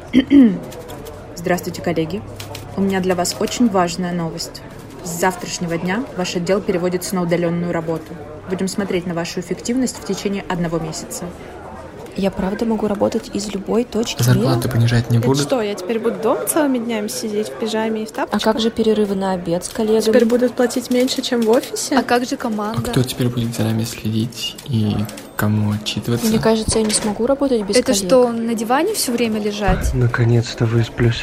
Здравствуйте, коллеги. У меня для вас очень важная новость. С завтрашнего дня ваш отдел переводится на удаленную работу. Будем смотреть на вашу эффективность в течение 1 месяца. Я правда могу работать из любой точки мира? Зарплаты понижать не будут? Это что, я теперь буду дома целыми днями сидеть в пижаме и в тапочках? А как же перерывы на обед с коллегами? Теперь будут платить меньше, чем в офисе? А как же А команда? кто теперь будет за нами следить и кому отчитываться? Мне кажется, я не смогу работать без Это коллег. что, на диване все время лежать? Наконец-то высплюсь.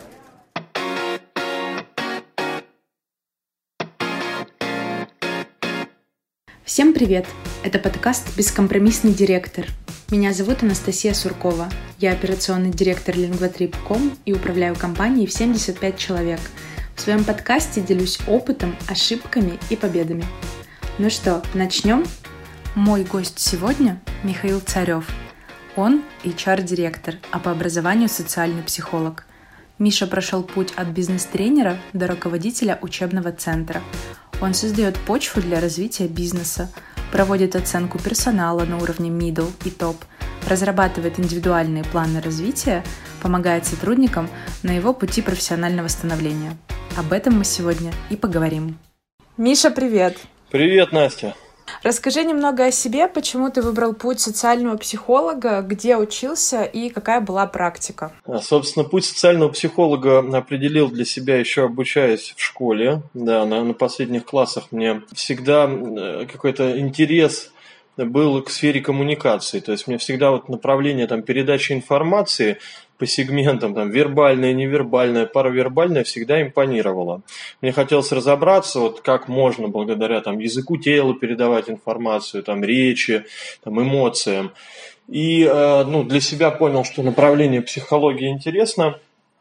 Всем привет! Это подкаст «Бескомпромиссный директор». Меня зовут Анастасия Суркова. Я операционный директор Lingvatrip.com и управляю компанией в 75 человек. В своем подкасте делюсь опытом, ошибками и победами. Ну что, начнем? Мой гость сегодня – Михаил Царев. Он HR-директор, а по образованию социальный психолог. Миша прошел путь от бизнес-тренера до руководителя учебного центра. Он создает почву для развития бизнеса, проводит оценку персонала на уровне middle и топ, разрабатывает индивидуальные планы развития, помогает сотрудникам на его пути профессионального становления. Об этом мы сегодня и поговорим. Миша, привет! Привет, Настя! Расскажи немного о себе, почему ты выбрал путь социального психолога, где учился и какая была практика. Собственно, путь социального психолога определил для себя еще обучаясь в школе. Да, на последних классах мне всегда какой-то интерес был к сфере коммуникации. То есть мне всегда вот направление передачи информации по сегментам, вербальное, невербальное, паравербальное, всегда импонировало. Мне хотелось разобраться, как можно благодаря языку тела передавать информацию, речи, эмоциям. И для себя понял, что направление психологии интересно.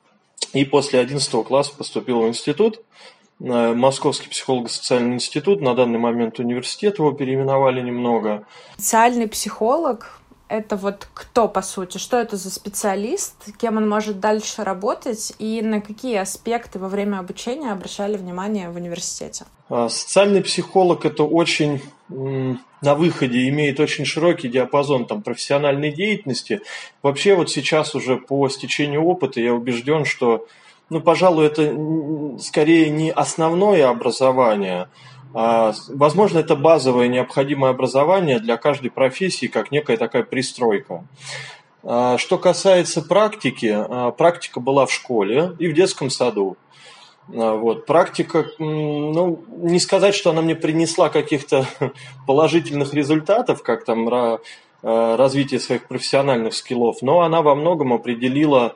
И после 11 класса поступил в институт, Московский психолого-социальный институт. На данный момент университет, его переименовали немного. Социальный психолог – это кто, по сути? Что это за специалист? Кем он может дальше работать? И на какие аспекты во время обучения обращали внимание в университете? Социальный психолог – это очень на выходе, имеет очень широкий диапазон профессиональной деятельности. Вообще сейчас уже по стечению опыта я убежден, что пожалуй, это скорее не основное образование, возможно, это базовое необходимое образование для каждой профессии, как некая такая пристройка. Что касается практики, практика была в школе и в детском саду. Практика, не сказать, что она мне принесла каких-то положительных результатов, как развитие своих профессиональных скиллов, но она во многом определила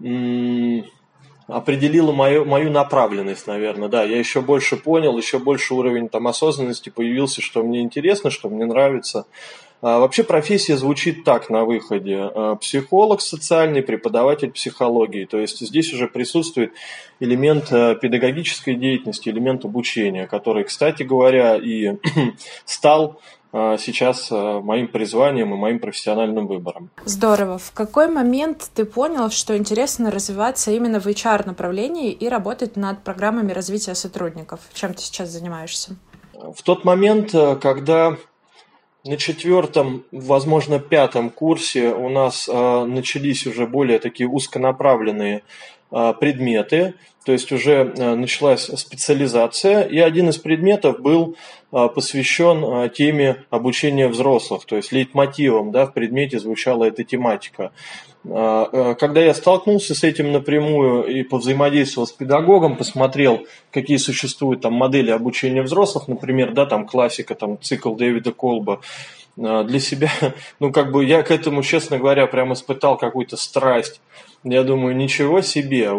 мою направленность, наверное. Да, я еще больше понял, еще больше уровень осознанности появился, что мне интересно, что мне нравится. Вообще профессия звучит так на выходе. Психолог социальный, преподаватель психологии. То есть здесь уже присутствует элемент педагогической деятельности, элемент обучения, который, кстати говоря, и стал сейчас моим призванием и моим профессиональным выбором. Здорово. В какой момент ты понял, что интересно развиваться именно в HR-направлении и работать над программами развития сотрудников? Чем ты сейчас занимаешься? В тот момент, когда на 4-м, возможно, 5-м курсе у нас начались уже более такие узконаправленные предметы, то есть уже началась специализация, и один из предметов был посвящен теме обучения взрослых, то есть лейтмотивом, в предмете звучала эта тематика. Когда я столкнулся с этим напрямую и повзаимодействовал с педагогом, посмотрел, какие существуют модели обучения взрослых, например, классика, цикл Дэвида Колба, для себя, я к этому, честно говоря, прям испытал какую-то страсть. Я думаю, ничего себе,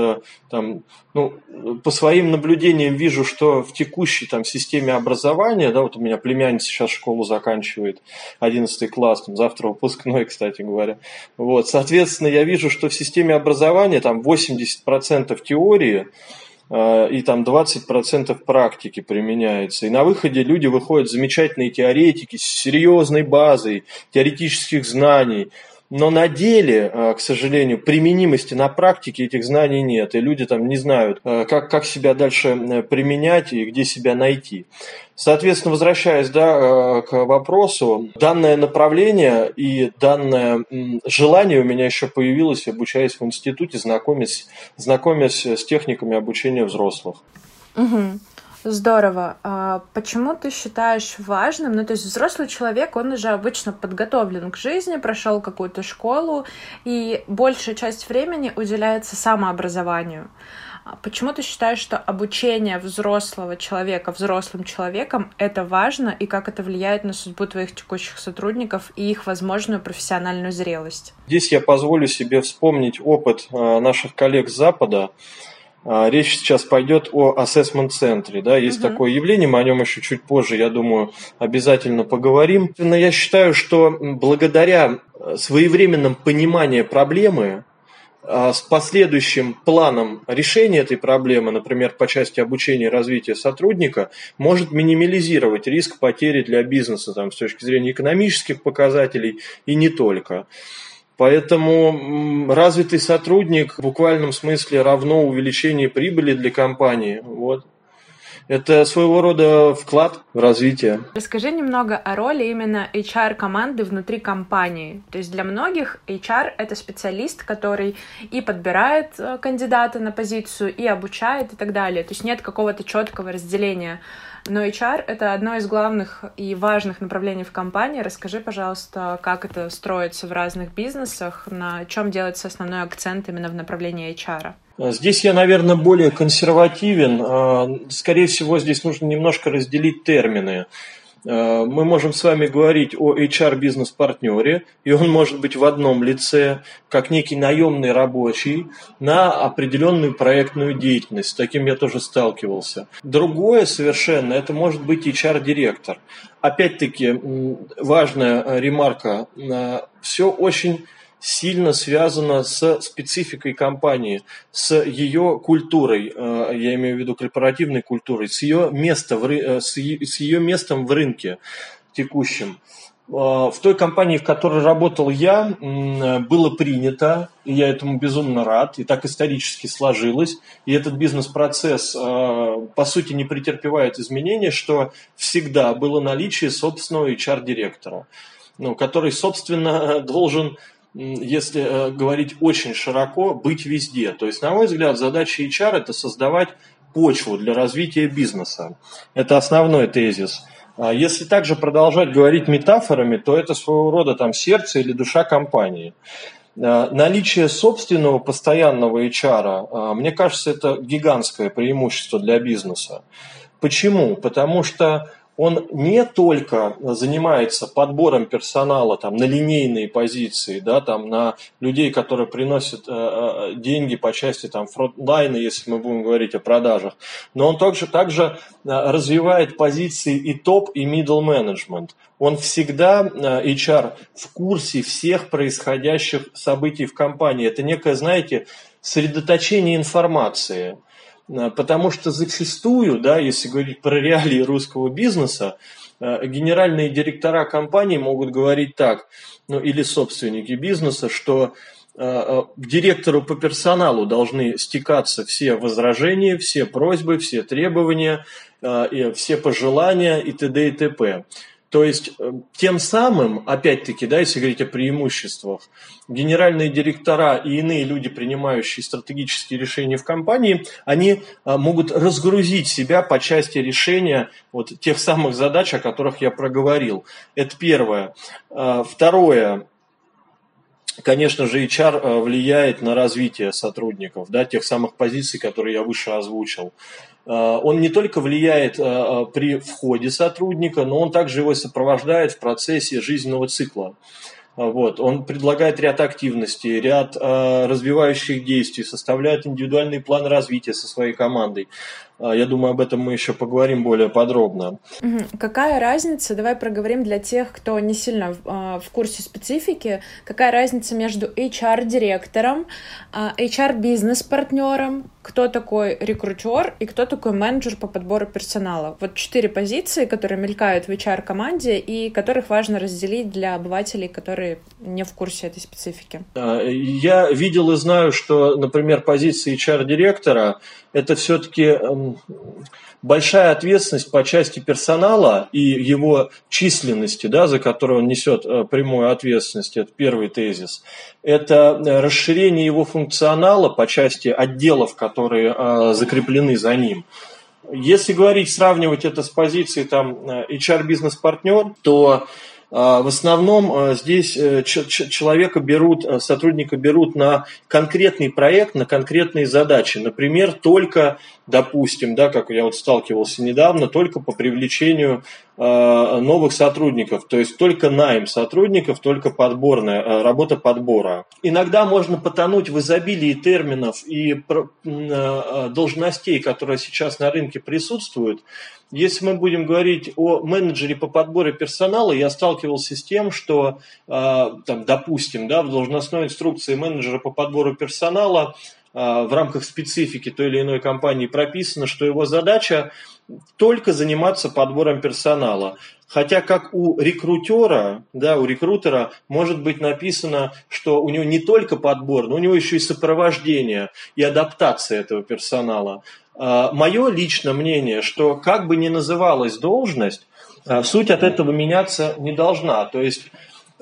по своим наблюдениям вижу, что в текущей системе образования, у меня племянница сейчас школу заканчивает, 11 класс, завтра выпускной, кстати говоря, соответственно, я вижу, что в системе образования 80% теории и 20% практики применяется. И на выходе люди выходят замечательные теоретики с серьезной базой теоретических знаний, Но на деле, к сожалению, применимости на практике этих знаний нет, и люди там не знают, как себя дальше применять и где себя найти. Соответственно, возвращаясь к вопросу, данное направление и данное желание у меня еще появилось, обучаясь в институте, знакомясь с техниками обучения взрослых. Угу. Здорово. А почему ты считаешь важным, то есть взрослый человек, он уже обычно подготовлен к жизни, прошел какую-то школу, и большая часть времени уделяется самообразованию. Почему ты считаешь, что обучение взрослого человека взрослым человеком — это важно, и как это влияет на судьбу твоих текущих сотрудников и их возможную профессиональную зрелость? Здесь я позволю себе вспомнить опыт наших коллег с Запада. Речь сейчас пойдет о ассессмент-центре. Да? Есть такое явление, мы о нем еще чуть позже, я думаю, обязательно поговорим. Но я считаю, что благодаря своевременному пониманию проблемы, с последующим планом решения этой проблемы, например, по части обучения и развития сотрудника, может минимализировать риск потери для бизнеса с точки зрения экономических показателей и не только. Поэтому развитый сотрудник в буквальном смысле равно увеличению прибыли для компании. Вот. Это своего рода вклад в развитие. Расскажи немного о роли именно HR-команды внутри компании. То есть для многих HR — это специалист, который и подбирает кандидата на позицию, и обучает, и так далее. То есть нет какого-то четкого разделения. Но HR — это одно из главных и важных направлений в компании. Расскажи, пожалуйста, как это строится в разных бизнесах, на чем делается основной акцент именно в направлении HR. Здесь я, наверное, более консервативен. Скорее всего, здесь нужно немножко разделить термины. Мы можем с вами говорить о HR-бизнес-партнере, и он может быть в одном лице, как некий наемный рабочий на определенную проектную деятельность. С таким я тоже сталкивался. Другое совершенно, это может быть HR-директор. Опять-таки, важная ремарка, все очень сильно связано с спецификой компании, с ее культурой, я имею в виду корпоративной культурой, с ее местом в рынке текущем. В той компании, в которой работал я, было принято, и я этому безумно рад, и так исторически сложилось, и этот бизнес-процесс, по сути, не претерпевает изменений, что всегда было наличие собственного HR-директора, который, собственно, должен, если говорить очень широко, быть везде. То есть, на мой взгляд, задача HR – это создавать почву для развития бизнеса. Это основной тезис. Если также продолжать говорить метафорами, то это своего рода сердце или душа компании. Наличие собственного постоянного HR, мне кажется, это гигантское преимущество для бизнеса. Почему? Потому что он не только занимается подбором персонала на линейные позиции, на людей, которые приносят деньги по части фронтлайна, если мы будем говорить о продажах, но он также развивает позиции и топ, и middle management. Он всегда, HR, в курсе всех происходящих событий в компании. Это некое, сосредоточение информации. Потому что зачастую, если говорить про реалии русского бизнеса, генеральные директора компаний могут говорить так, или собственники бизнеса, что к директору по персоналу должны стекаться все возражения, все просьбы, все требования, все пожелания и т.д. и т.п. То есть, тем самым, опять-таки, если говорить о преимуществах, генеральные директора и иные люди, принимающие стратегические решения в компании, они могут разгрузить себя по части решения тех самых задач, о которых я проговорил. Это первое. Второе. Конечно же, HR влияет на развитие сотрудников, тех самых позиций, которые я выше озвучил. Он не только влияет при входе сотрудника, но он также его сопровождает в процессе жизненного цикла. Он предлагает ряд активностей, ряд развивающих действий, составляет индивидуальный план развития со своей командой. Я думаю, об этом мы еще поговорим более подробно. Какая разница, давай проговорим для тех, кто не сильно в курсе специфики, какая разница между HR-директором, HR-бизнес-партнером, кто такой рекрутер и кто такой менеджер по подбору персонала? Вот 4 позиции, которые мелькают в HR-команде и которых важно разделить для обывателей, которые не в курсе этой специфики. Я видел и знаю, что, например, позиция HR-директора – это все-таки большая ответственность по части персонала и его численности, да, за которую он несет прямую ответственность, это первый тезис. Это расширение его функционала по части отделов, которые закреплены за ним. Если говорить, сравнивать это с позицией HR-бизнес-партнер, то в основном здесь сотрудника берут на конкретный проект, на конкретные задачи. Например, только, допустим, да, как я сталкивался недавно, только по привлечению новых сотрудников, то есть только найм сотрудников, только работа подбора. Иногда можно потонуть в изобилии терминов и должностей, которые сейчас на рынке присутствуют. Если мы будем говорить о менеджере по подбору персонала, я сталкивался с тем, что, допустим, да, в должностной инструкции менеджера по подбору персонала в рамках специфики той или иной компании прописано, что его задача только заниматься подбором персонала. Хотя как у рекрутера может быть написано, что у него не только подбор, но у него еще и сопровождение и адаптация этого персонала. Мое личное мнение, что как бы ни называлась должность, суть от этого меняться не должна. То есть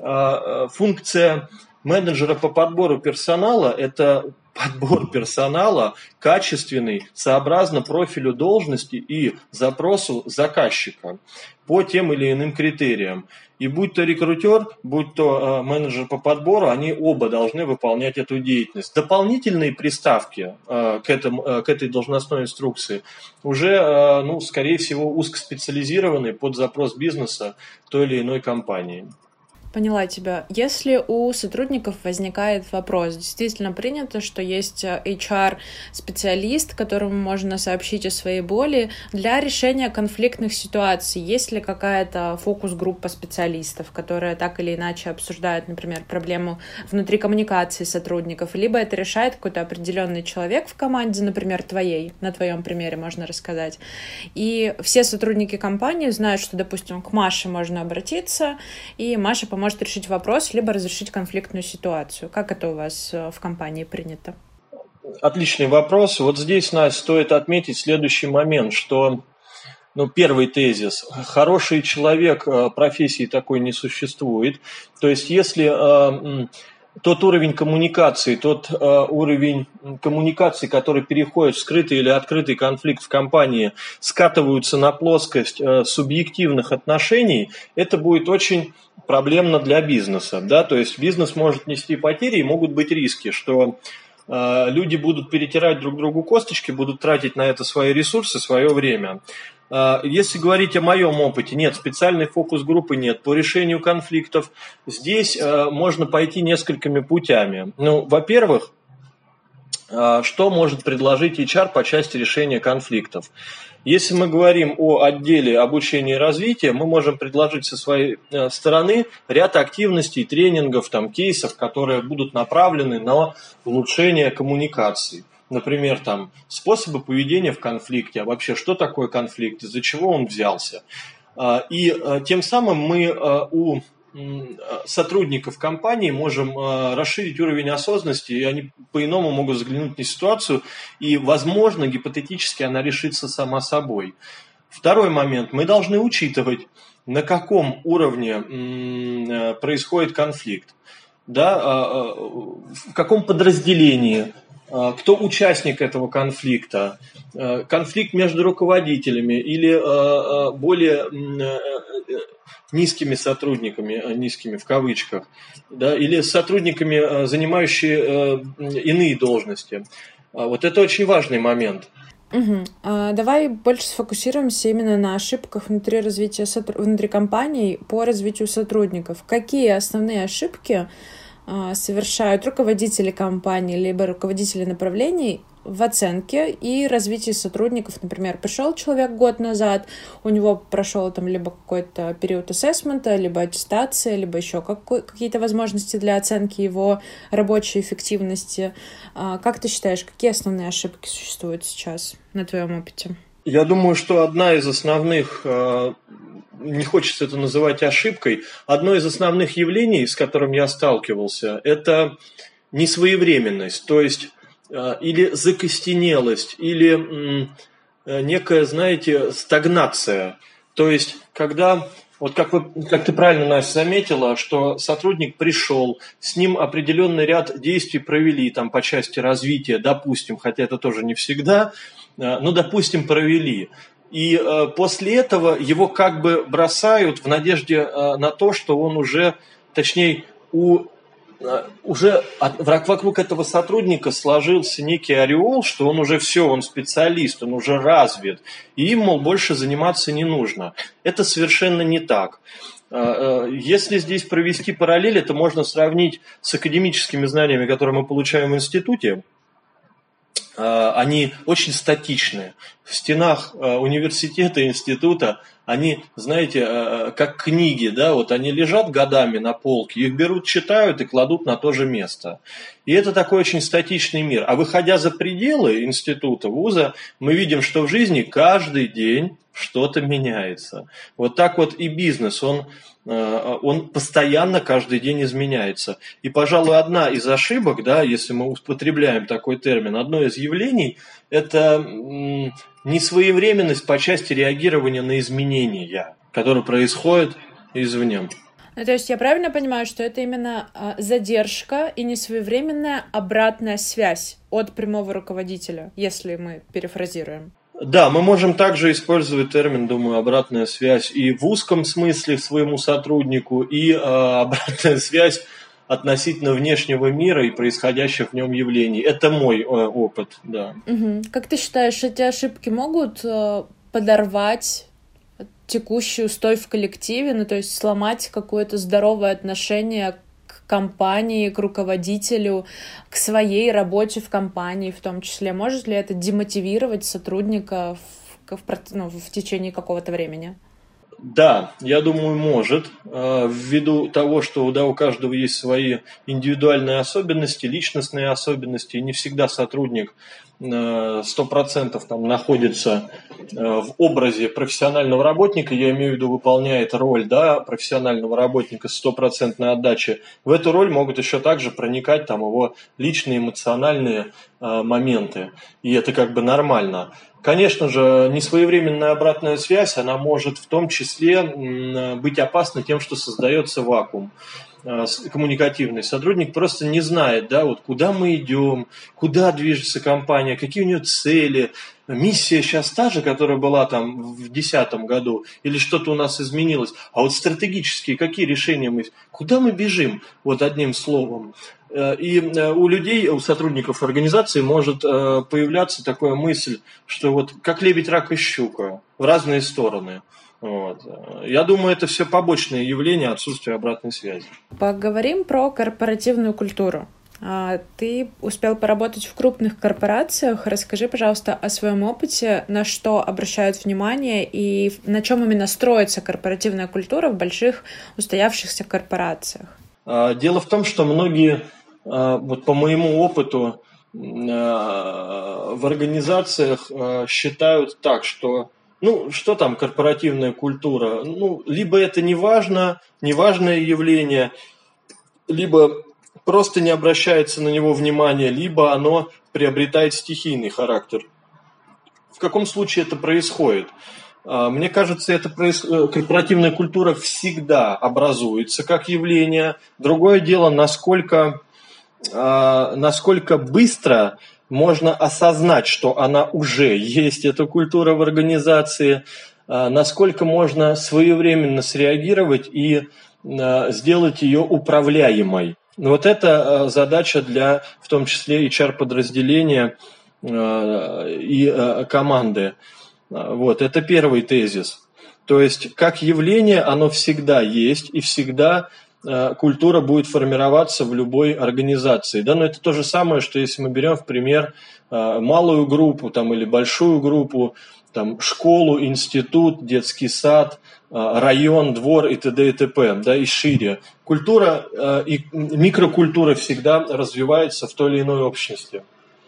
функция менеджера по подбору персонала – это подбор персонала качественный, сообразно профилю должности и запросу заказчика по тем или иным критериям. И будь то рекрутер, будь то менеджер по подбору, они оба должны выполнять эту деятельность. Дополнительные приставки к этой должностной инструкции уже, скорее всего, узкоспециализированные под запрос бизнеса той или иной компании. Поняла тебя. Если у сотрудников возникает вопрос, действительно принято, что есть HR-специалист, которому можно сообщить о своей боли для решения конфликтных ситуаций. Есть ли какая-то фокус-группа специалистов, которая так или иначе обсуждает, например, проблему внутри коммуникации сотрудников, либо это решает какой-то определенный человек в команде, например, твоей, на твоем примере можно рассказать. И все сотрудники компании знают, что, допустим, к Маше можно обратиться, и Маша может решить вопрос, либо разрешить конфликтную ситуацию. Как это у вас в компании принято? Отличный вопрос. Вот здесь, Настя, стоит отметить следующий момент, что, первый тезис. Хороший человек, профессии такой не существует. То есть, если тот уровень коммуникации, который переходит в скрытый или открытый конфликт в компании, скатываются на плоскость субъективных отношений, это будет очень проблемно для бизнеса. Да? То есть бизнес может нести потери и могут быть риски, что люди будут перетирать друг другу косточки, будут тратить на это свои ресурсы, свое время. Если говорить о моем опыте, нет, специальной фокус-группы нет. По решению конфликтов здесь можно пойти несколькими путями. Во-первых, что может предложить HR по части решения конфликтов? Если мы говорим о отделе обучения и развития, мы можем предложить со своей стороны ряд активностей, тренингов, кейсов, которые будут направлены на улучшение коммуникации. Например, способы поведения в конфликте, а вообще что такое конфликт, из-за чего он взялся. И тем самым мы у сотрудников компании можем расширить уровень осознанности, и они по-иному могут взглянуть на ситуацию, и, возможно, гипотетически она решится сама собой. Второй момент. Мы должны учитывать, на каком уровне происходит конфликт, да, в каком подразделении, кто участник этого конфликта, конфликт между руководителями или более низкими сотрудниками, низкими в кавычках, да, или сотрудниками, занимающими иные должности. Вот это очень важный момент. Давай больше сфокусируемся именно на ошибках внутри компаний по развитию сотрудников. Какие основные ошибки совершают руководители компании либо руководители направлений в оценке и развитии сотрудников. Например, пришел человек год назад, у него прошел там либо какой-то период ассессмента, либо аттестация, либо еще какие-то возможности для оценки его рабочей эффективности. Как ты считаешь, какие основные ошибки существуют сейчас на твоем опыте? Я думаю, что одна из основных, не хочется это называть ошибкой, одно из основных явлений, с которым я сталкивался, это несвоевременность, то есть или закостенелость, или некая, знаете, стагнация. То есть, когда, вот как ты правильно, Настя, заметила, что сотрудник пришел, с ним определенный ряд действий провели там, по части развития, допустим, хотя это тоже не всегда, ну, допустим, провели. И после этого его как бы бросают в надежде на то, что он уже, точнее, уже вокруг этого сотрудника сложился некий ореол, что он уже все, он специалист, он уже развит, и им, мол, больше заниматься не нужно. Это совершенно не так. Если здесь провести параллель, это можно сравнить с академическими знаниями, которые мы получаем в институте. Они очень статичны. В стенах университета, института они, знаете, как книги, да, вот они лежат годами на полке, их берут, читают и кладут на то же место. И это такой очень статичный мир. А выходя за пределы института, вуза, мы видим, что в жизни каждый день что-то меняется. Вот так вот и бизнес, он постоянно каждый день изменяется. И, пожалуй, одна из ошибок, да, если мы употребляем такой термин, одно из явлений – это несвоевременность по части реагирования на изменения, которые происходят извне. Ну, то есть я правильно понимаю, что это именно задержка и несвоевременная обратная связь от прямого руководителя, если мы перефразируем? Да, мы можем также использовать термин, думаю, обратная связь и в узком смысле своему сотруднику, и обратная связь относительно внешнего мира и происходящих в нем явлений. Это мой опыт, да. Угу. Как ты считаешь, эти ошибки могут подорвать текущий устой в коллективе, ну то есть сломать какое-то здоровое отношение к компании, к руководителю, к своей работе в компании в том числе? Может ли это демотивировать сотрудника в течение какого-то времени? Да, я думаю, может, ввиду того, что у каждого есть свои индивидуальные особенности, личностные особенности, и не всегда сотрудник 100% там находится в образе профессионального работника, я имею в виду, выполняет роль, да, профессионального работника с 100% отдачей. В эту роль могут еще также проникать там его личные эмоциональные моменты, и это как бы нормально. Конечно же, несвоевременная обратная связь, она может в том числе быть опасна тем, что создается вакуум коммуникативный. Сотрудник просто не знает, да, вот куда мы идем, куда движется компания, какие у нее цели, миссия сейчас та же, которая была там в 2010 году, или что-то у нас изменилось, а вот стратегические какие решения куда мы бежим, вот одним словом. И у людей, у сотрудников организации может появляться такая мысль, что вот как лебедь, рак и щука в разные стороны. Вот. Я думаю, это все побочные явления отсутствия обратной связи. Поговорим про корпоративную культуру. Ты успел поработать в крупных корпорациях. Расскажи, пожалуйста, о своем опыте, на что обращают внимание и на чем именно строится корпоративная культура в больших устоявшихся корпорациях. Дело в том, что многие, вот по моему опыту, в организациях считают так, что что там корпоративная культура? Либо это неважное явление, либо просто не обращается на него внимания, либо оно приобретает стихийный характер. В каком случае это происходит? Мне кажется, корпоративная культура всегда образуется как явление. Другое дело, насколько быстро можно осознать, что она уже есть, эта культура в организации, насколько можно своевременно среагировать и сделать ее управляемой. Вот это задача для, в том числе, HR-подразделения и команды. Вот, это первый тезис. То есть, как явление, оно всегда есть и всегда культура будет формироваться в любой организации. Да? Но это то же самое, что если мы берем в пример малую группу там, или большую группу, там, школу, институт, детский сад, район, двор и т.д. и т.п. Да, и шире. Культура и микрокультура всегда развивается в той или иной общности.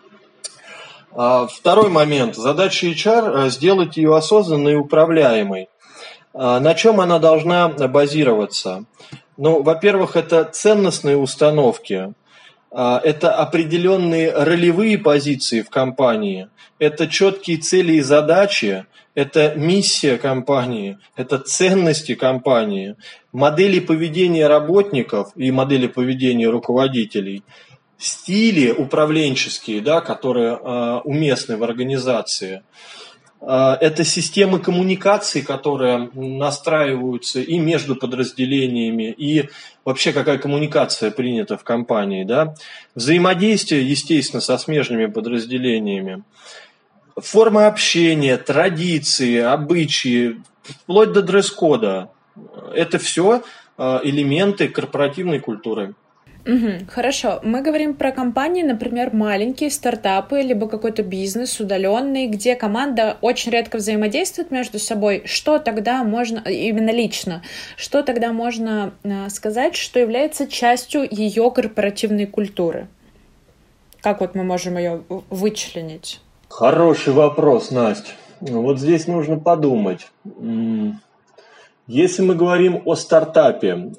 Второй момент. Задача HR – сделать ее осознанной и управляемой. На чем она должна базироваться? Ну, во-первых, это ценностные установки, это определенные ролевые позиции в компании, это четкие цели и задачи, это миссия компании, это ценности компании, модели поведения работников и модели поведения руководителей, стили управленческие, да, которые уместны в организации. Это системы коммуникации, которые настраиваются и между подразделениями, и вообще какая коммуникация принята в компании. Да? Взаимодействие, естественно, со смежными подразделениями. Форма общения, традиции, обычаи, вплоть до дресс-кода. Это все элементы корпоративной культуры. Хорошо. Мы говорим про компании, например, маленькие стартапы, либо какой-то бизнес удаленный, где команда очень редко взаимодействует между собой. Что тогда можно, именно лично, что тогда можно сказать, что является частью ее корпоративной культуры? Как вот мы можем ее вычленить? Хороший вопрос, Настя. Вот здесь нужно подумать. Если мы говорим о стартапе,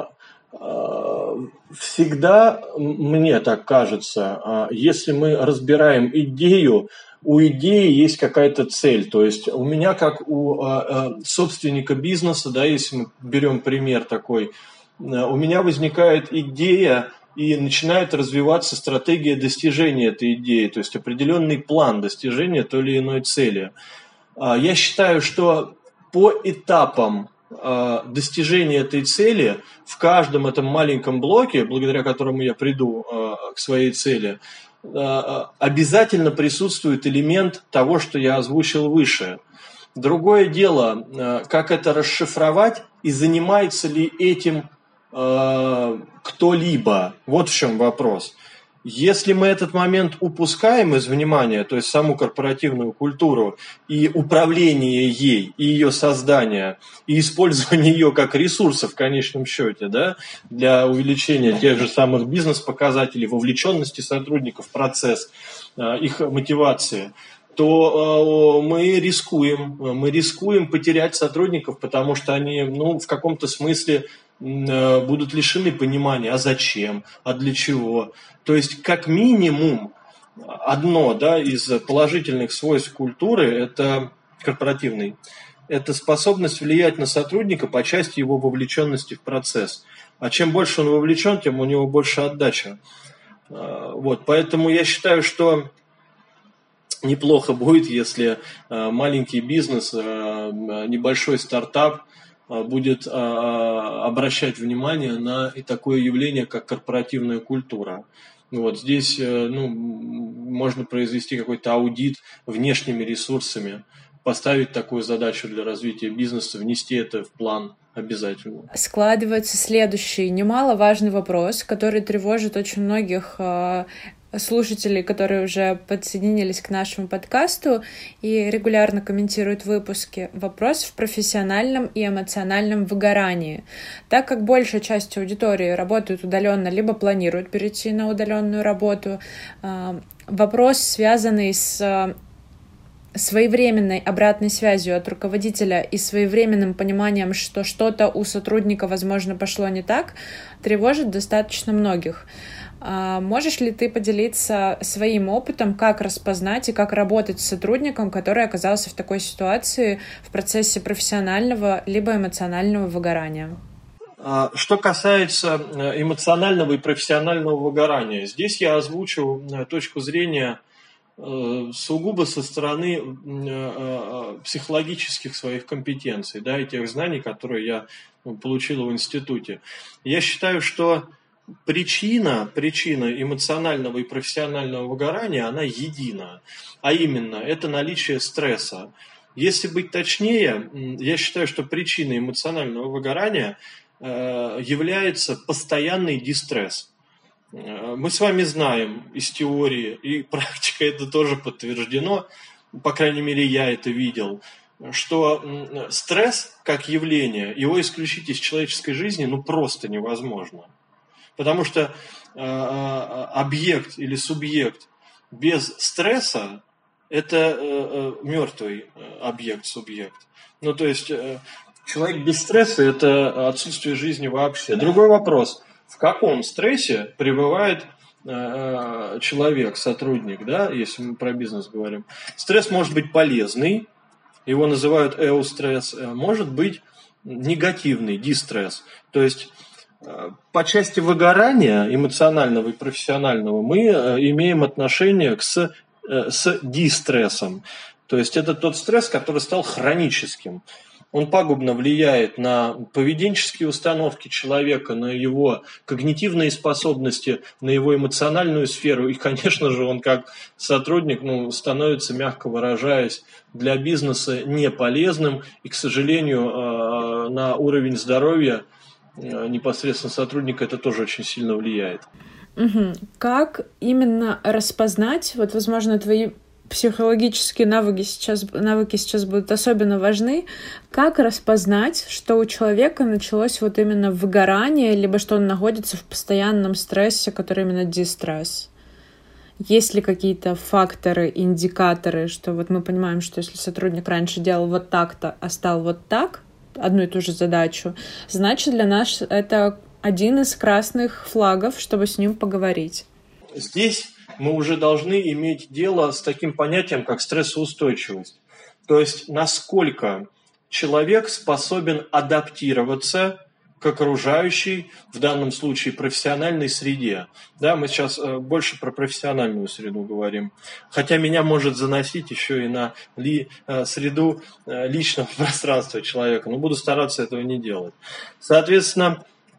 всегда, мне так кажется, если мы разбираем идею, у идеи есть какая-то цель. То есть у меня, как у собственника бизнеса, да, если мы берем пример такой, у меня возникает идея и начинает развиваться стратегия достижения этой идеи, то есть определенный план достижения той или иной цели. Я считаю, что по этапам достижения этой цели в каждом этом маленьком блоке, благодаря которому я приду к своей цели, обязательно присутствует элемент того, что я озвучил выше. Другое дело, как это расшифровать и занимается ли этим кто-либо. Вот в чем вопрос. Если мы этот момент упускаем из внимания, то есть саму корпоративную культуру и управление ей, и ее создание, и использование ее как ресурса в конечном счете, да, для увеличения тех же самых бизнес-показателей, вовлеченности сотрудников в процесс, их мотивации, то мы рискуем потерять сотрудников, потому что они, в каком-то смысле будут лишены понимания, а зачем, а для чего. То есть, как минимум, одно, да, из положительных свойств культуры, это корпоративный, это способность влиять на сотрудника по части его вовлеченности в процесс. А чем больше он вовлечен, тем у него больше отдача. Вот, поэтому я считаю, что неплохо будет, если маленький бизнес, небольшой стартап будет обращать внимание на такое явление, как корпоративная культура. Вот здесь можно произвести какой-то аудит внешними ресурсами, поставить такую задачу для развития бизнеса, внести это в план обязательно. Складывается следующий немаловажный вопрос, который тревожит очень многих слушателей, которые уже подсоединились к нашему подкасту и регулярно комментируют выпуски. Вопрос в профессиональном и эмоциональном выгорании. Так как большая часть аудитории работает удаленно, либо планирует перейти на удаленную работу, вопрос, связанный с своевременной обратной связью от руководителя и своевременным пониманием, что что-то у сотрудника, возможно, пошло не так, тревожит достаточно многих. Можешь ли ты поделиться своим опытом, как распознать и как работать с сотрудником, который оказался в такой ситуации в процессе профессионального либо эмоционального выгорания? Что касается эмоционального и профессионального выгорания, здесь я озвучу точку зрения сугубо со стороны психологических своих компетенций, да, и тех знаний, которые я получил в институте. Я считаю, что причина эмоционального и профессионального выгорания, она едина, а именно это наличие стресса. Если быть точнее, я считаю, что причина эмоционального выгорания является постоянный дистресс. Мы с вами знаем из теории, и практика это тоже подтверждено, по крайней мере, я это видел, что стресс как явление, его исключить из человеческой жизни просто невозможно. Потому что объект или субъект без стресса – это мертвый объект-субъект. То есть человек без стресса – это отсутствие жизни вообще. Другой вопрос – в каком стрессе пребывает человек, сотрудник, да, если мы про бизнес говорим. Стресс может быть полезный, его называют эустресс, может быть негативный, дистресс. То есть по части выгорания эмоционального и профессионального мы имеем отношение с дистрессом. То есть это тот стресс, который стал хроническим. Он пагубно влияет на поведенческие установки человека, на его когнитивные способности, на его эмоциональную сферу. И, конечно же, он как сотрудник становится, мягко выражаясь, для бизнеса неполезным. И, к сожалению, на уровень здоровья непосредственно сотрудника это тоже очень сильно влияет. Как именно распознать, возможно, твои психологические навыки сейчас будут особенно важны. Как распознать, что у человека началось именно выгорание, либо что он находится в постоянном стрессе, который именно дистресс? Есть ли какие-то факторы, индикаторы, что мы понимаем, что если сотрудник раньше делал вот так-то, а стал вот так, одну и ту же задачу, значит, для нас это один из красных флагов, чтобы с ним поговорить? Здесь мы уже должны иметь дело с таким понятием, как стрессоустойчивость. То есть, насколько человек способен адаптироваться к окружающей, в данном случае, профессиональной среде. Да, мы сейчас больше про профессиональную среду говорим. Хотя меня может заносить еще и на среду личного пространства человека. Но буду стараться этого не делать. Соответственно,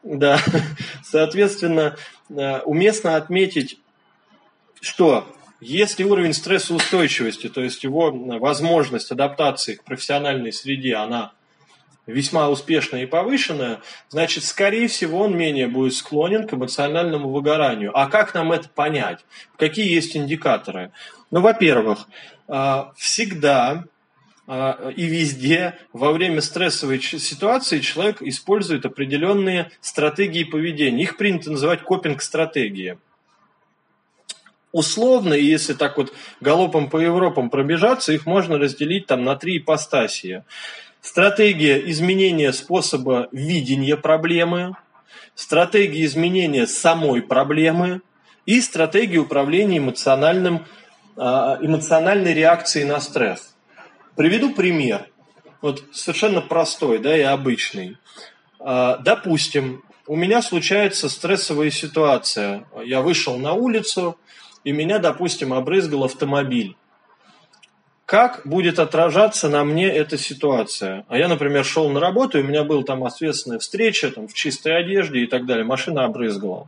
уместно отметить, что если уровень стрессоустойчивости, то есть его возможность адаптации к профессиональной среде, она весьма успешная и повышенная, значит, скорее всего, он менее будет склонен к эмоциональному выгоранию. А как нам это понять? Какие есть индикаторы? Во-первых, всегда и везде во время стрессовой ситуации человек использует определенные стратегии поведения. Их принято называть копинг-стратегии. Условно, если так галопом по Европам пробежаться, их можно разделить на 3 ипостаси. Стратегия изменения способа видения проблемы, стратегия изменения самой проблемы и стратегия управления эмоциональной реакцией на стресс. Приведу пример. Совершенно простой, и обычный. Допустим, у меня случается стрессовая ситуация. Я вышел на улицу, и меня, допустим, обрызгал автомобиль. Как будет отражаться на мне эта ситуация? А я, например, шел на работу, и у меня была ответственная встреча в чистой одежде и так далее. Машина обрызгала.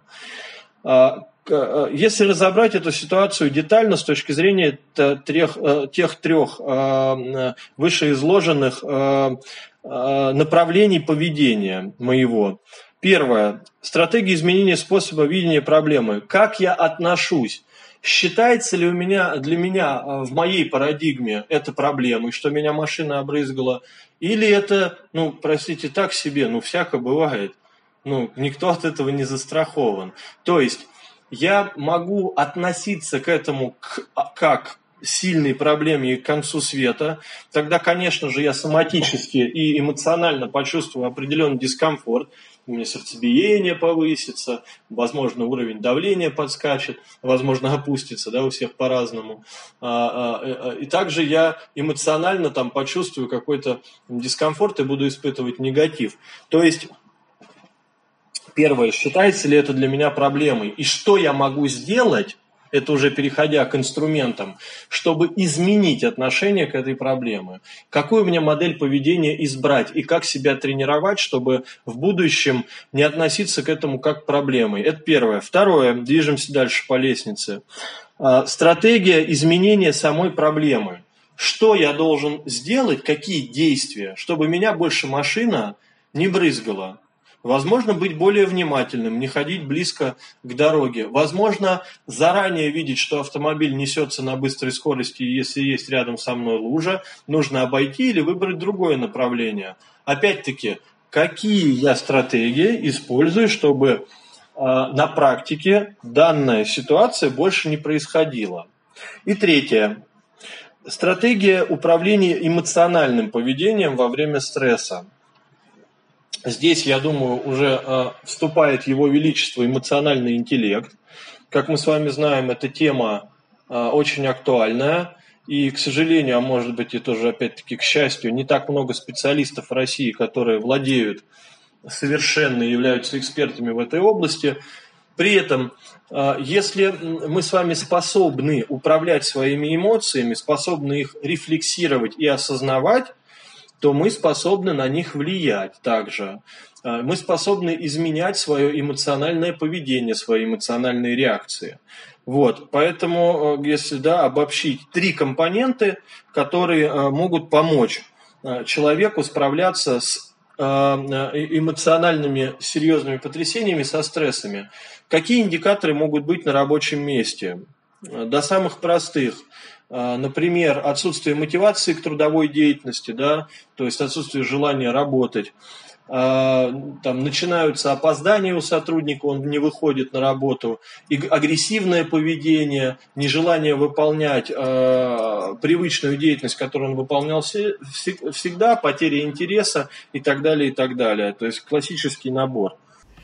Если разобрать эту ситуацию детально с точки зрения тех 3 вышеизложенных направлений поведения моего. Первое. Стратегия изменения способа видения проблемы. Как я отношусь? Считается ли для меня в моей парадигме это проблемой, что меня машина обрызгала? Или это, простите, так себе, всяко бывает. Никто от этого не застрахован. То есть я могу относиться к этому как сильной проблеме и к концу света, тогда, конечно же, я соматически и эмоционально почувствую определенный дискомфорт, у меня сердцебиение повысится, возможно, уровень давления подскачет, возможно, опустится, у всех по-разному. И также я эмоционально почувствую какой-то дискомфорт и буду испытывать негатив. То есть, первое, считается ли это для меня проблемой? И что я могу сделать, это уже переходя к инструментам, чтобы изменить отношение к этой проблеме? Какую мне модель поведения избрать и как себя тренировать, чтобы в будущем не относиться к этому как к проблеме? Это первое. Второе, движемся дальше по лестнице. Стратегия изменения самой проблемы. Что я должен сделать, какие действия, чтобы меня больше машина не брызгала? Возможно, быть более внимательным, не ходить близко к дороге. Возможно, заранее видеть, что автомобиль несется на быстрой скорости, и если есть рядом со мной лужа, нужно обойти или выбрать другое направление. Опять-таки, какие я стратегии использую, чтобы на практике данная ситуация больше не происходила. И третье. Стратегия управления эмоциональным поведением во время стресса. Здесь, я думаю, уже вступает Его Величество эмоциональный интеллект. Как мы с вами знаем, эта тема очень актуальная. И, к сожалению, а может быть и тоже, опять-таки, к счастью, не так много специалистов в России, которые владеют совершенно и являются экспертами в этой области. При этом, если мы с вами способны управлять своими эмоциями, способны их рефлексировать и осознавать, то мы способны на них влиять также. Мы способны изменять свое эмоциональное поведение, свои эмоциональные реакции. Вот, поэтому, если обобщить 3 компоненты, которые могут помочь человеку справляться с эмоциональными серьезными потрясениями, со стрессами. Какие индикаторы могут быть на рабочем месте? До самых простых. Например, отсутствие мотивации к трудовой деятельности, то есть отсутствие желания работать. Там начинаются опоздания у сотрудника, он не выходит на работу, и агрессивное поведение, нежелание выполнять привычную деятельность, которую он выполнял всегда, потеря интереса и так далее, и так далее. То есть классический набор.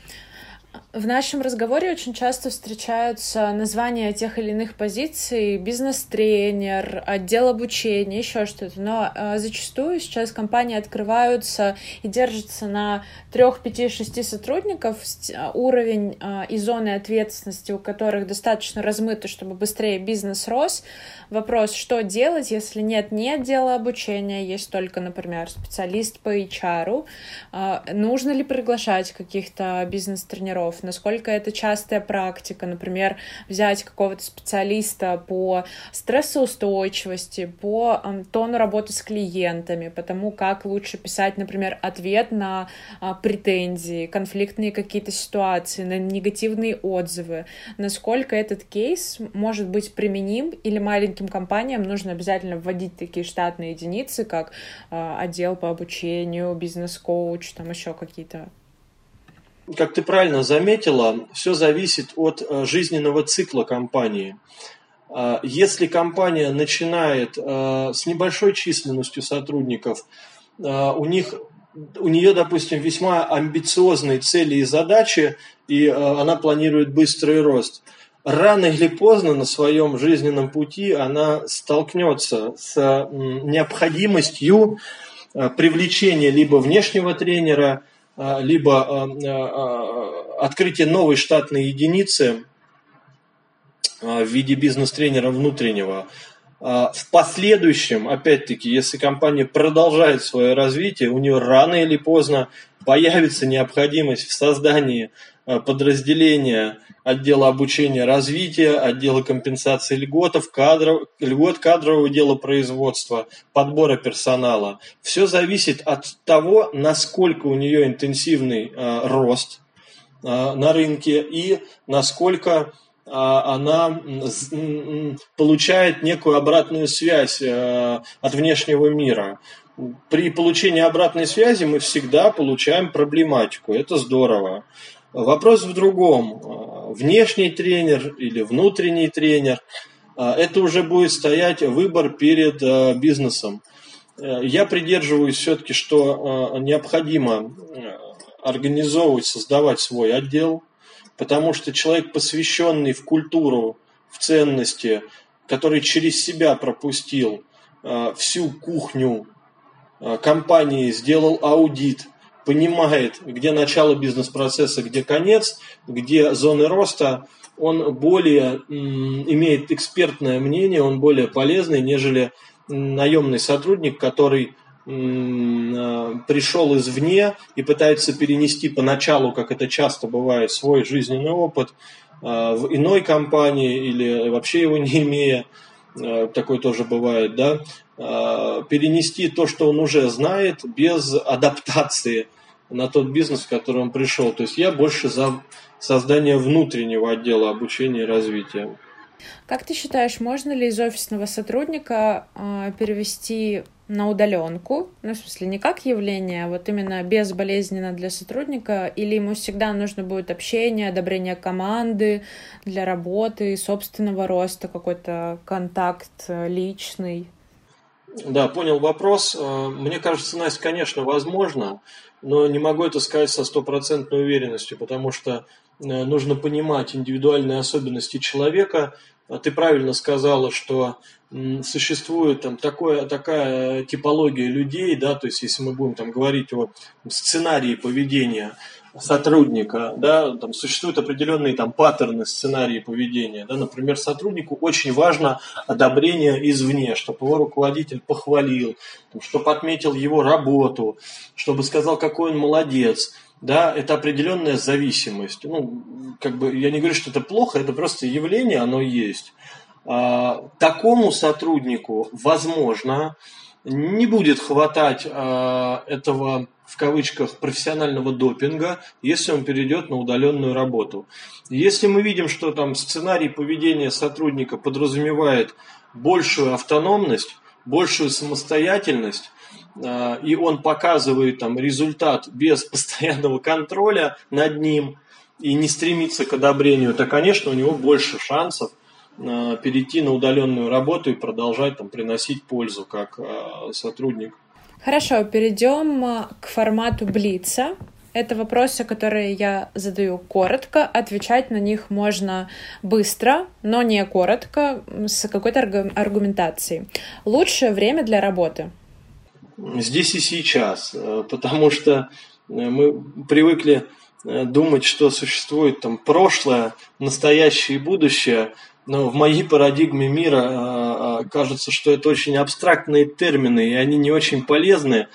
В нашем разговоре очень часто встречаются названия тех или иных позиций: бизнес-тренер, отдел обучения, еще что-то. Но зачастую сейчас компании открываются и держатся на 3, 5, 6 сотрудников, уровень и зоны ответственности у которых достаточно размыты, чтобы быстрее бизнес рос. Вопрос, что делать, если нет ни отдела обучения, есть только, например, специалист по HR. Нужно ли приглашать каких-то бизнес-тренеров? Насколько это частая практика? Например, взять какого-то специалиста по стрессоустойчивости, по тону работы с клиентами, по тому, как лучше писать, например, ответ на претензии, конфликтные какие-то ситуации, на негативные отзывы. Насколько этот кейс может быть применим, или маленьким компаниям нужно обязательно вводить такие штатные единицы, как отдел по обучению, бизнес-коуч, там еще какие-то? Как ты правильно заметила, все зависит от жизненного цикла компании. Если компания начинает с небольшой численностью сотрудников, у нее, допустим, весьма амбициозные цели и задачи, и она планирует быстрый рост, рано или поздно на своем жизненном пути она столкнется с необходимостью привлечения либо внешнего тренера, либо открытие новой штатной единицы в виде бизнес-тренера внутреннего. В последующем, опять-таки, если компания продолжает свое развитие, у нее рано или поздно появится необходимость в создании подразделения отдела обучения развития, отдела компенсации льгот, кадрового дела производства, подбора персонала. Все зависит от того, насколько у нее интенсивный рост на рынке и насколько она получает некую обратную связь от внешнего мира. При получении обратной связи мы всегда получаем проблематику. Это здорово. Вопрос в другом. Внешний тренер или внутренний тренер, это уже будет стоять выбор перед бизнесом. Я придерживаюсь все-таки, что необходимо организовывать, создавать свой отдел, потому что человек, посвященный в культуру, в ценности, который через себя пропустил всю кухню компании, сделал аудит, понимает, где начало бизнес-процесса, где конец, где зоны роста, он более имеет экспертное мнение, он более полезный, нежели наемный сотрудник, который пришел извне и пытается перенести поначалу, как это часто бывает, свой жизненный опыт в иной компании или вообще его не имея, такое тоже бывает, да, перенести то, что он уже знает, без адаптации на тот бизнес, в который он пришел. То есть я больше за создание внутреннего отдела обучения и развития. Как ты считаешь, можно ли из офисного сотрудника перевести на удаленку, ну, в смысле, не как явление, а вот именно безболезненно для сотрудника, или ему всегда нужно будет общение, одобрение команды для работы, собственного роста, какой-то контакт личный? Да, понял вопрос. Мне кажется, Настя, конечно, возможно, но не могу это сказать со стопроцентной уверенностью, потому что нужно понимать индивидуальные особенности человека. Ты правильно сказала, что существует там такая типология людей, да, то есть если мы будем там говорить о сценарии поведения сотрудника, да, там существуют определенные там паттерны сценарии поведения, да, например, сотруднику очень важно одобрение извне, чтобы его руководитель похвалил, чтобы отметил его работу, чтобы сказал, какой он молодец. Да, это определенная зависимость. Ну, как бы я не говорю, что это плохо, это просто явление, оно есть. Такому сотруднику, возможно, не будет хватать этого, в кавычках, профессионального допинга, если он перейдет на удаленную работу. Если мы видим, что там сценарий поведения сотрудника подразумевает большую автономность, большую самостоятельность, и он показывает там результат без постоянного контроля над ним и не стремится к одобрению, то, конечно, у него больше шансов перейти на удаленную работу и продолжать там приносить пользу как сотрудник. Хорошо, перейдем к формату Блица. Это вопросы, которые я задаю коротко, отвечать на них можно быстро, но не коротко, с какой-то аргументацией. Лучшее время для работы? Здесь и сейчас, потому что мы привыкли думать, что существует там прошлое, настоящее и будущее, но в моей парадигме мира кажется, что это очень абстрактные термины, и они не очень полезны,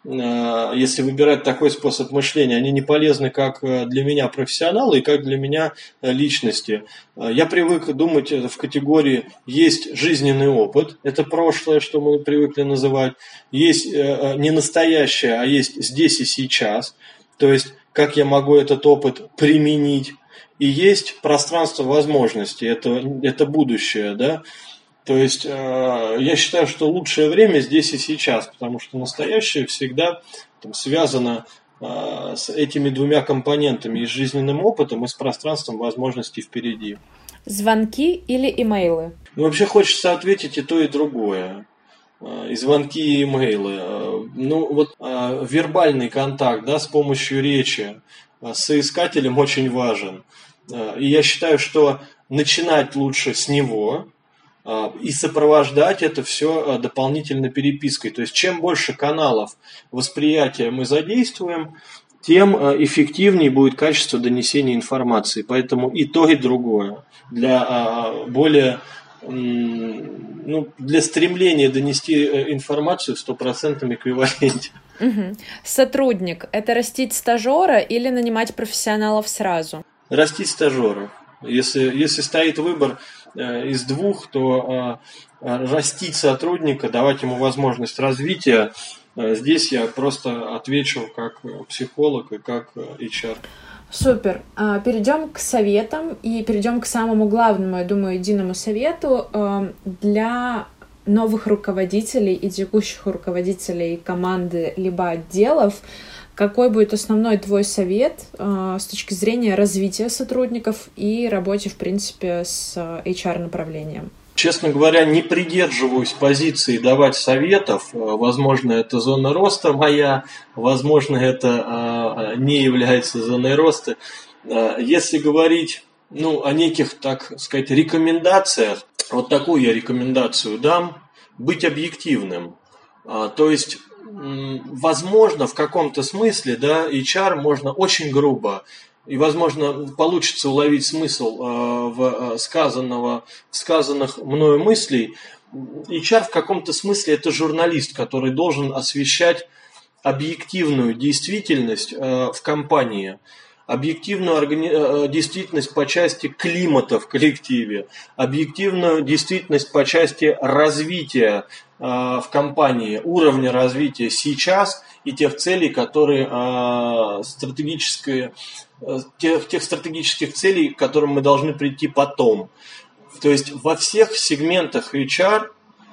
если выбирать такой способ мышления. Они не полезны как для меня профессионала и как для меня личности. Я привык думать в категории «есть жизненный опыт», это прошлое, что мы привыкли называть, есть не настоящее, а есть здесь и сейчас, то есть как я могу этот опыт применить, и есть пространство возможностей, это будущее, да. То есть я считаю, что лучшее время здесь и сейчас, потому что настоящее всегда там связано с этими двумя компонентами, и с жизненным опытом, и с пространством возможностей впереди. Звонки или имейлы? Ну, вообще хочется ответить и то, и другое. И звонки, и имейлы. Ну, вот вербальный контакт, да, с помощью речи с соискателем очень важен. И я считаю, что начинать лучше с него и сопровождать это все дополнительно перепиской. То есть чем больше каналов восприятия мы задействуем, тем эффективнее будет качество донесения информации. Поэтому и то, и другое. Для более, для стремления донести информацию в 100% эквиваленте. Угу. Сотрудник – это растить стажера или нанимать профессионалов сразу? Растить стажеров. Если стоит выбор из двух, то растить сотрудника, давать ему возможность развития. Здесь я просто отвечу как психолог и как HR. Супер. Перейдем к советам и перейдем к самому главному, я думаю, единому совету для новых руководителей и текущих руководителей команды либо отделов. Какой будет основной твой совет с точки зрения развития сотрудников и работе, в принципе, с HR-направлением? Честно говоря, не придерживаюсь позиции давать советов. Возможно, это зона роста моя, возможно, это не является зоной роста. Если говорить о неких, так сказать, рекомендациях, вот такую я рекомендацию дам: быть объективным. То есть, возможно, в каком-то смысле, да, HR можно очень грубо, и, возможно, получится уловить смысл в сказанных мною мыслей. HR в каком-то смысле это журналист, который должен освещать объективную действительность в компании, объективную действительность по части климата в коллективе, объективную действительность по части развития в компании, уровня развития сейчас и тех целей, которые тех стратегических целей, к которым мы должны прийти потом. То есть во всех сегментах HR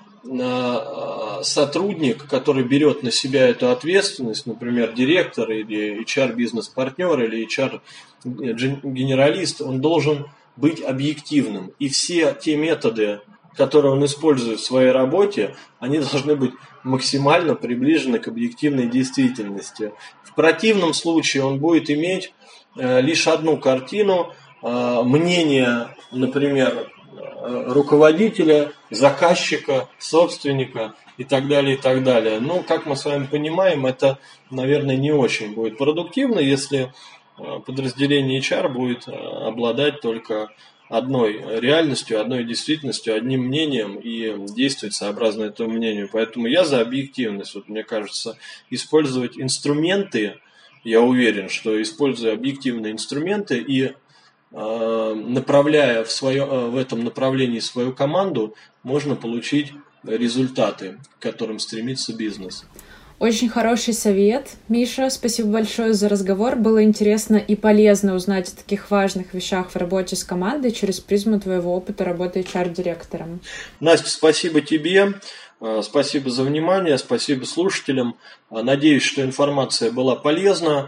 сотрудник, который берет на себя эту ответственность, например, директор или HR-бизнес-партнер или HR-генералист, он должен быть объективным. И все те методы, которые он использует в своей работе, они должны быть максимально приближены к объективной действительности. В противном случае он будет иметь лишь одну картину, мнение, например, руководителя, заказчика, собственника и так далее, и так далее. Но, как мы с вами понимаем, это, наверное, не очень будет продуктивно, если подразделение HR будет обладать только одной реальностью, одной действительностью, одним мнением и действовать сообразно этому мнению. Поэтому я за объективность. Вот, мне кажется, использовать инструменты, я уверен, что используя объективные инструменты и направляя в этом направлении свою команду, можно получить результаты, к которым стремится бизнес. Очень хороший совет, Миша. Спасибо большое за разговор. Было интересно и полезно узнать о таких важных вещах в работе с командой через призму твоего опыта работы HR-директором. Настя, спасибо тебе. Спасибо за внимание. Спасибо слушателям. Надеюсь, что информация была полезна.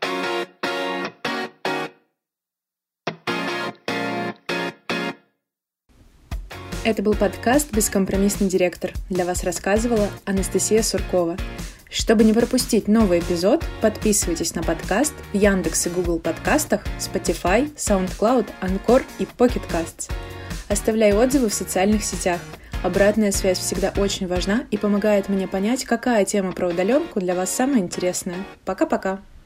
Это был подкаст «Бескомпромиссный директор». Для вас рассказывала Анастасия Суркова. Чтобы не пропустить новый эпизод, подписывайтесь на подкаст в Яндекс и Google подкастах, Spotify, SoundCloud, Anchor и Pocket Casts. Оставляй отзывы в социальных сетях. Обратная связь всегда очень важна и помогает мне понять, какая тема про удаленку для вас самая интересная. Пока-пока!